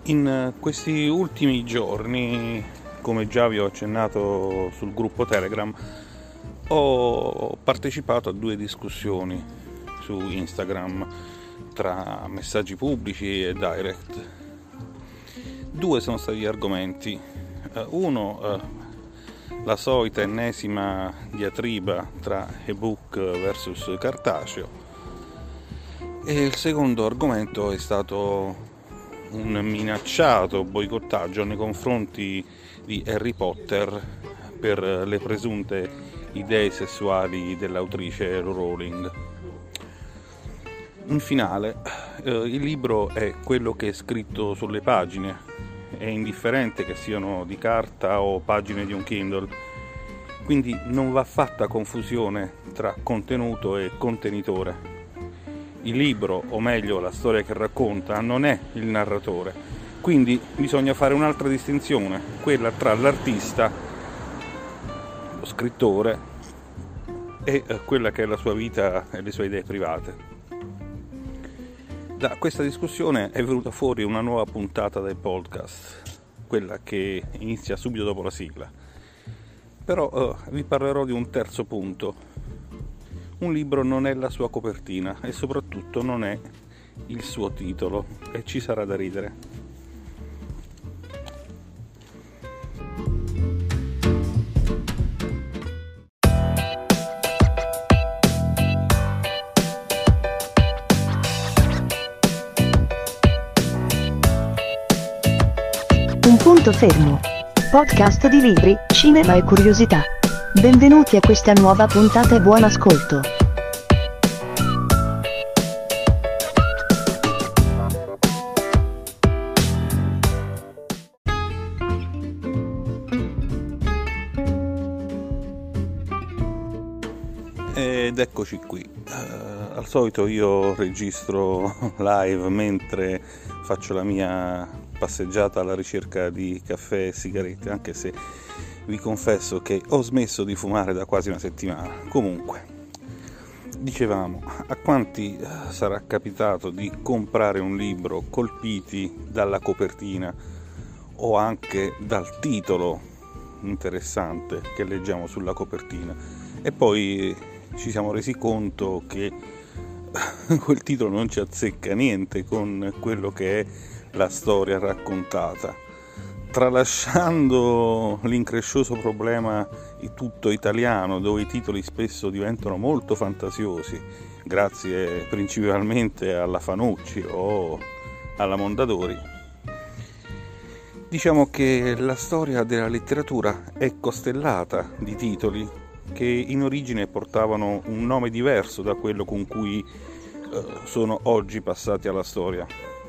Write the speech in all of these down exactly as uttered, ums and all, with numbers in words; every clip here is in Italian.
In questi ultimi giorni, come già vi ho accennato sul gruppo Telegram, ho partecipato a due discussioni su Instagram tra messaggi pubblici e direct. Due sono stati gli argomenti. Uno, la solita ennesima diatriba tra ebook versus cartaceo, e il secondo argomento è stato un minacciato boicottaggio nei confronti di Harry Potter per le presunte idee sessuali dell'autrice Rowling. In finale, eh, il libro è quello che è scritto sulle pagine, è indifferente che siano di carta o pagine di un Kindle, quindi non va fatta confusione tra contenuto e contenitore. Il libro, o meglio la storia che racconta, non è il narratore, quindi bisogna fare un'altra distinzione, quella tra l'artista, lo scrittore, e quella che è la sua vita e le sue idee private. Da questa discussione è venuta fuori una nuova puntata del podcast, quella che inizia subito dopo la sigla. Però eh, vi parlerò di un terzo punto. Un libro non è la sua copertina e soprattutto non è il suo titolo, e ci sarà da ridere. Un punto fermo. Podcast di libri, cinema e curiosità. Benvenuti a questa nuova puntata e buon ascolto. Ed eccoci qui. Uh, al solito io registro live mentre faccio la mia passeggiata alla ricerca di caffè e sigarette, anche se vi confesso che ho smesso di fumare da quasi una settimana. Comunque, dicevamo, a quanti sarà capitato di comprare un libro colpiti dalla copertina o anche dal titolo interessante che leggiamo sulla copertina e poi ci siamo resi conto che quel titolo non ci azzecca niente con quello che è la storia raccontata, tralasciando l'increscioso problema tutto italiano, dove i titoli spesso diventano molto fantasiosi, grazie principalmente alla Fanucci o alla Mondadori. Diciamo che la storia della letteratura è costellata di titoli che in origine portavano un nome diverso da quello con cui eh, sono oggi passati alla storia.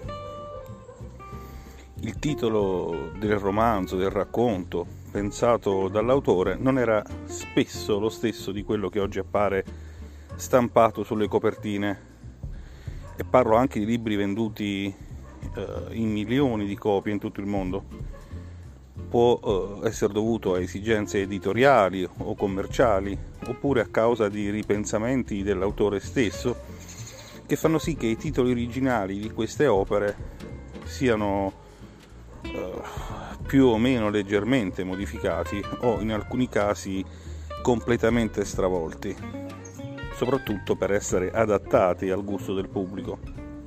Il titolo del romanzo, del racconto, pensato dall'autore, non era spesso lo stesso di quello che oggi appare stampato sulle copertine, e parlo anche di libri venduti eh, in milioni di copie in tutto il mondo. Può eh, essere dovuto a esigenze editoriali o commerciali, oppure a causa di ripensamenti dell'autore stesso, che fanno sì che i titoli originali di queste opere siano più o meno leggermente modificati o in alcuni casi completamente stravolti, soprattutto per essere adattati al gusto del pubblico.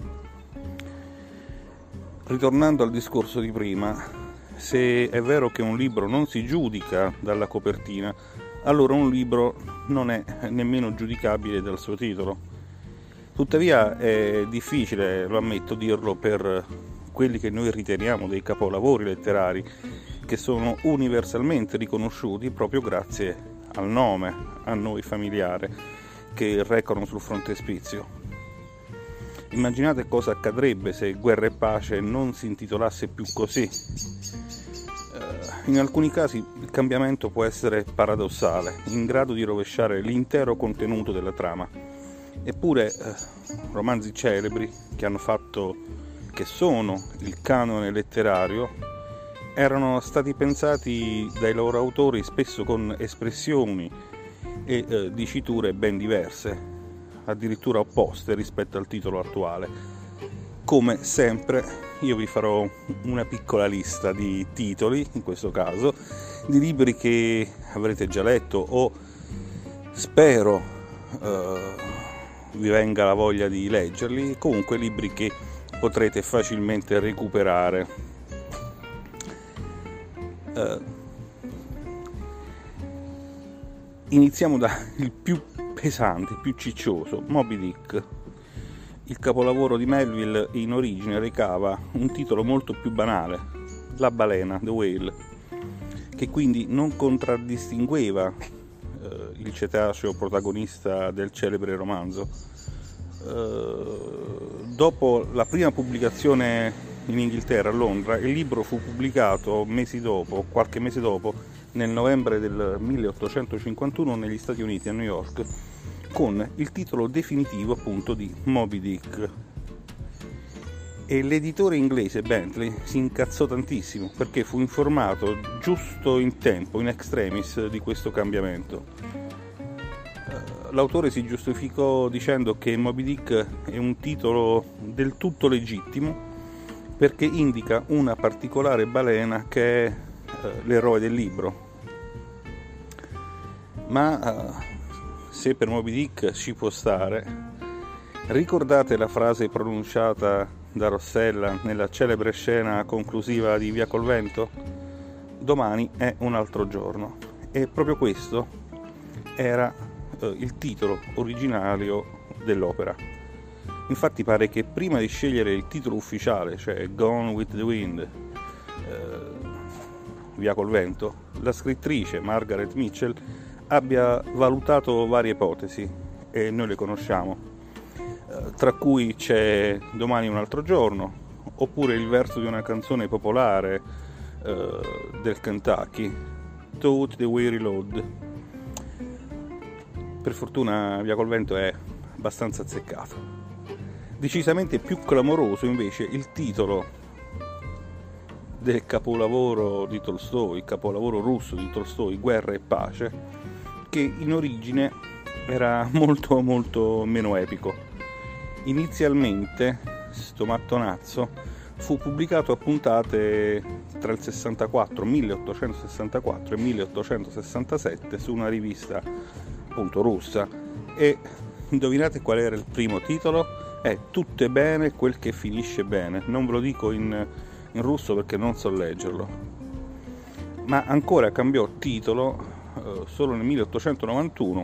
Ritornando al discorso di prima, se è vero che un libro non si giudica dalla copertina, allora un libro non è nemmeno giudicabile dal suo titolo. Tuttavia è difficile, lo ammetto, dirlo per quelli che noi riteniamo dei capolavori letterari, che sono universalmente riconosciuti proprio grazie al nome a noi familiare che recano sul frontespizio. Immaginate cosa accadrebbe se Guerra e Pace non si intitolasse più così. In alcuni casi il cambiamento può essere paradossale, in grado di rovesciare l'intero contenuto della trama. Eppure eh, romanzi celebri che hanno fatto che sono il canone letterario, erano stati pensati dai loro autori spesso con espressioni e eh, diciture ben diverse, addirittura opposte rispetto al titolo attuale. come sempre io vi farò una piccola lista di titoli, in questo caso, di libri che avrete già letto o spero eh, vi venga la voglia di leggerli, comunque libri che potrete facilmente recuperare. Eh, iniziamo dal più pesante, più ciccioso, Moby Dick. Il capolavoro di Melville in origine recava un titolo molto più banale, La balena, The Whale, che quindi non contraddistingueva eh, il cetaceo protagonista del celebre romanzo. Eh, dopo la prima pubblicazione in Inghilterra, a Londra, il libro fu pubblicato mesi dopo, qualche mese dopo, nel novembre del milleottocentocinquantuno negli Stati Uniti, a New York, con il titolo definitivo appunto di Moby Dick. E l'editore inglese Bentley si incazzò tantissimo perché fu informato giusto in tempo, in extremis, di questo cambiamento. L'autore si giustificò dicendo che Moby Dick è un titolo del tutto legittimo perché indica una particolare balena che è eh, l'eroe del libro. Ma eh, se per Moby Dick ci può stare, ricordate la frase pronunciata da Rossella nella celebre scena conclusiva di Via col vento? Domani è un altro giorno. E proprio questo era eh, il titolo originario dell'opera. Infatti pare che prima di scegliere il titolo ufficiale, cioè Gone with the Wind, eh, Via col vento, la scrittrice Margaret Mitchell abbia valutato varie ipotesi e noi le conosciamo, eh, tra cui c'è Domani un altro giorno, oppure il verso di una canzone popolare eh, del Kentucky, Tote the Weary Load. Per fortuna Via col vento è abbastanza azzeccato. Decisamente più clamoroso invece il titolo del capolavoro di Tolstoi, il capolavoro russo di Tolstoi, Guerra e pace, che in origine era molto molto meno epico. Inizialmente sto mattonazzo fu pubblicato a puntate tra il sessantaquattro, milleottocentosessantaquattro e milleottocentosessantasette su una rivista appunto russa, e indovinate qual era il primo titolo? È Tutto è bene quel che finisce bene. Non ve lo dico in, in russo perché non so leggerlo, ma ancora cambiò titolo solo nel milleottocentonovantuno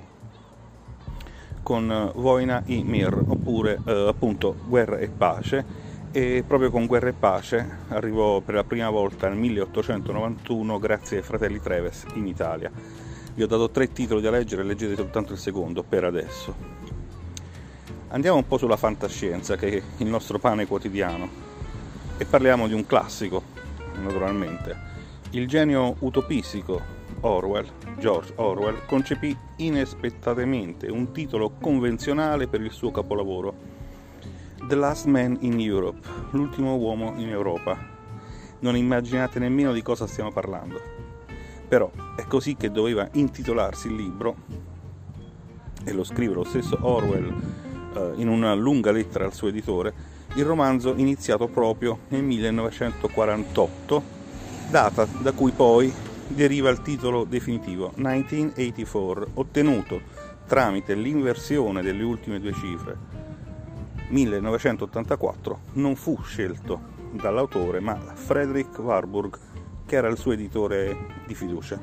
con Vojna i mir, oppure eh, appunto Guerra e pace, e proprio con Guerra e pace arrivò per la prima volta nel milleottocentonovantuno grazie ai fratelli Treves in Italia. Vi ho dato tre titoli da leggere, leggete soltanto il secondo per adesso. Andiamo un po' sulla fantascienza, che è il nostro pane quotidiano, e parliamo di un classico, naturalmente. Il genio utopistico Orwell, George Orwell, concepì inaspettatamente un titolo convenzionale per il suo capolavoro, The Last Man in Europe, l'ultimo uomo in Europa. Non immaginate nemmeno di cosa stiamo parlando. Però è così che doveva intitolarsi il libro, e lo scrive lo stesso Orwell eh, in una lunga lettera al suo editore, il romanzo iniziato proprio nel millenovecentoquarantotto, data da cui poi deriva il titolo definitivo millenovecentottantaquattro, ottenuto tramite l'inversione delle ultime due cifre. millenovecentottantaquattro non fu scelto dall'autore ma Frederick Warburg, che era il suo editore di fiducia.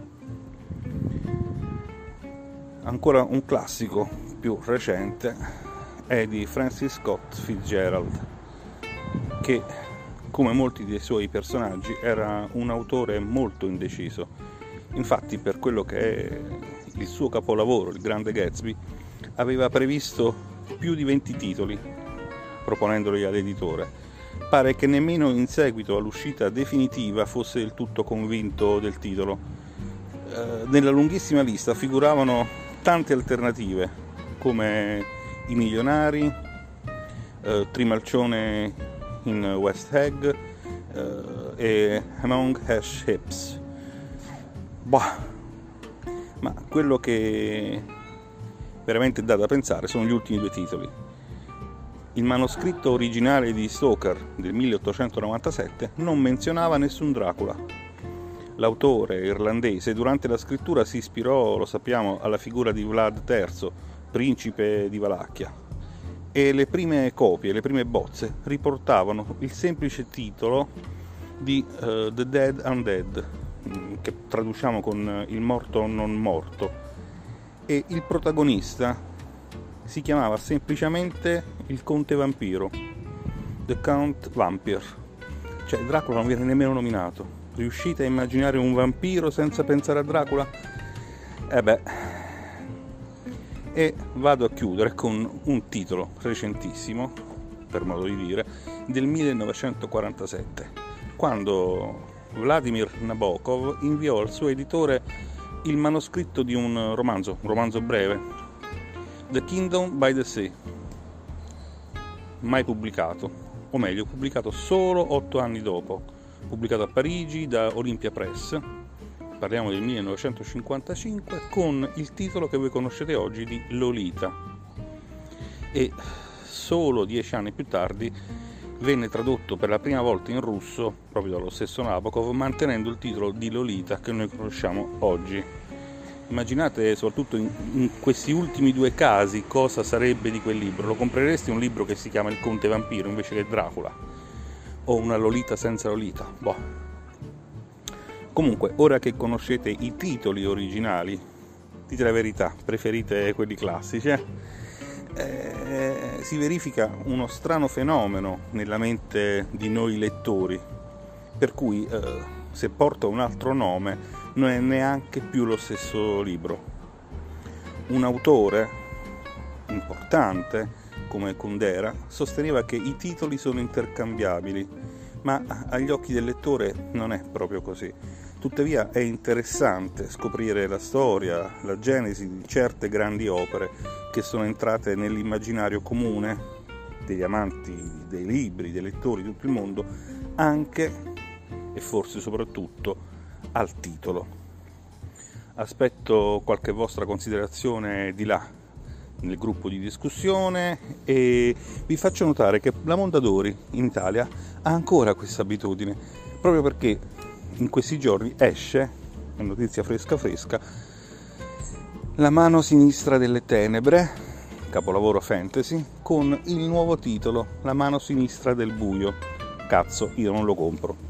Ancora un classico più recente è di Francis Scott Fitzgerald, che come molti dei suoi personaggi era un autore molto indeciso. Infatti, per quello che è il suo capolavoro, Il Grande Gatsby, aveva previsto più di venti titoli proponendoli all'editore. Pare che nemmeno in seguito all'uscita definitiva fosse del tutto convinto del titolo. Eh, nella lunghissima lista figuravano tante alternative come I milionari, eh, Trimalcione in West Egg uh, e Among Hash Hips. Bah, ma quello che veramente dà da pensare sono gli ultimi due titoli. Il manoscritto originale di Stoker del milleottocentonovantasette non menzionava nessun Dracula. L'autore irlandese durante la scrittura si ispirò, lo sappiamo, alla figura di Vlad terzo, principe di Valacchia, e le prime copie, le prime bozze riportavano il semplice titolo di uh, The Dead Undead, che traduciamo con il morto non morto, e il protagonista si chiamava semplicemente il Conte Vampiro, The Count Vampire, cioè Dracula non viene nemmeno nominato. Riuscite a immaginare un vampiro senza pensare a Dracula? Eh beh. E vado a chiudere con un titolo recentissimo, per modo di dire, del millenovecentoquarantasette, quando Vladimir Nabokov inviò al suo editore il manoscritto di un romanzo, un romanzo breve, The Kingdom by the Sea, mai pubblicato, o meglio pubblicato solo otto anni dopo, pubblicato a Parigi da Olympia Press, parliamo del millenovecentocinquantacinque, con il titolo che voi conoscete oggi di Lolita, e solo dieci anni più tardi venne tradotto per la prima volta in russo proprio dallo stesso Nabokov, mantenendo il titolo di Lolita che noi conosciamo oggi. Immaginate soprattutto in, in questi ultimi due casi cosa sarebbe di quel libro. Lo compreresti un libro che si chiama Il Conte Vampiro invece che Dracula? O una Lolita senza Lolita? Boh. Comunque, ora che conoscete i titoli originali, dite la verità, preferite quelli classici, eh? Eh, si verifica uno strano fenomeno nella mente di noi lettori, per cui eh, se porta un altro nome non è neanche più lo stesso libro. Un autore importante come Kundera sosteneva che i titoli sono intercambiabili, ma agli occhi del lettore non è proprio così. Tuttavia è interessante scoprire la storia, la genesi di certe grandi opere che sono entrate nell'immaginario comune degli amanti dei libri, dei lettori di tutto il mondo, anche e forse soprattutto al titolo. Aspetto qualche vostra considerazione di là nel gruppo di discussione, e vi faccio notare che la Mondadori in Italia ha ancora questa abitudine, proprio perché in questi giorni esce, è notizia fresca fresca, La mano sinistra delle tenebre, capolavoro fantasy, con il nuovo titolo La mano sinistra del buio. Cazzo, io non lo compro.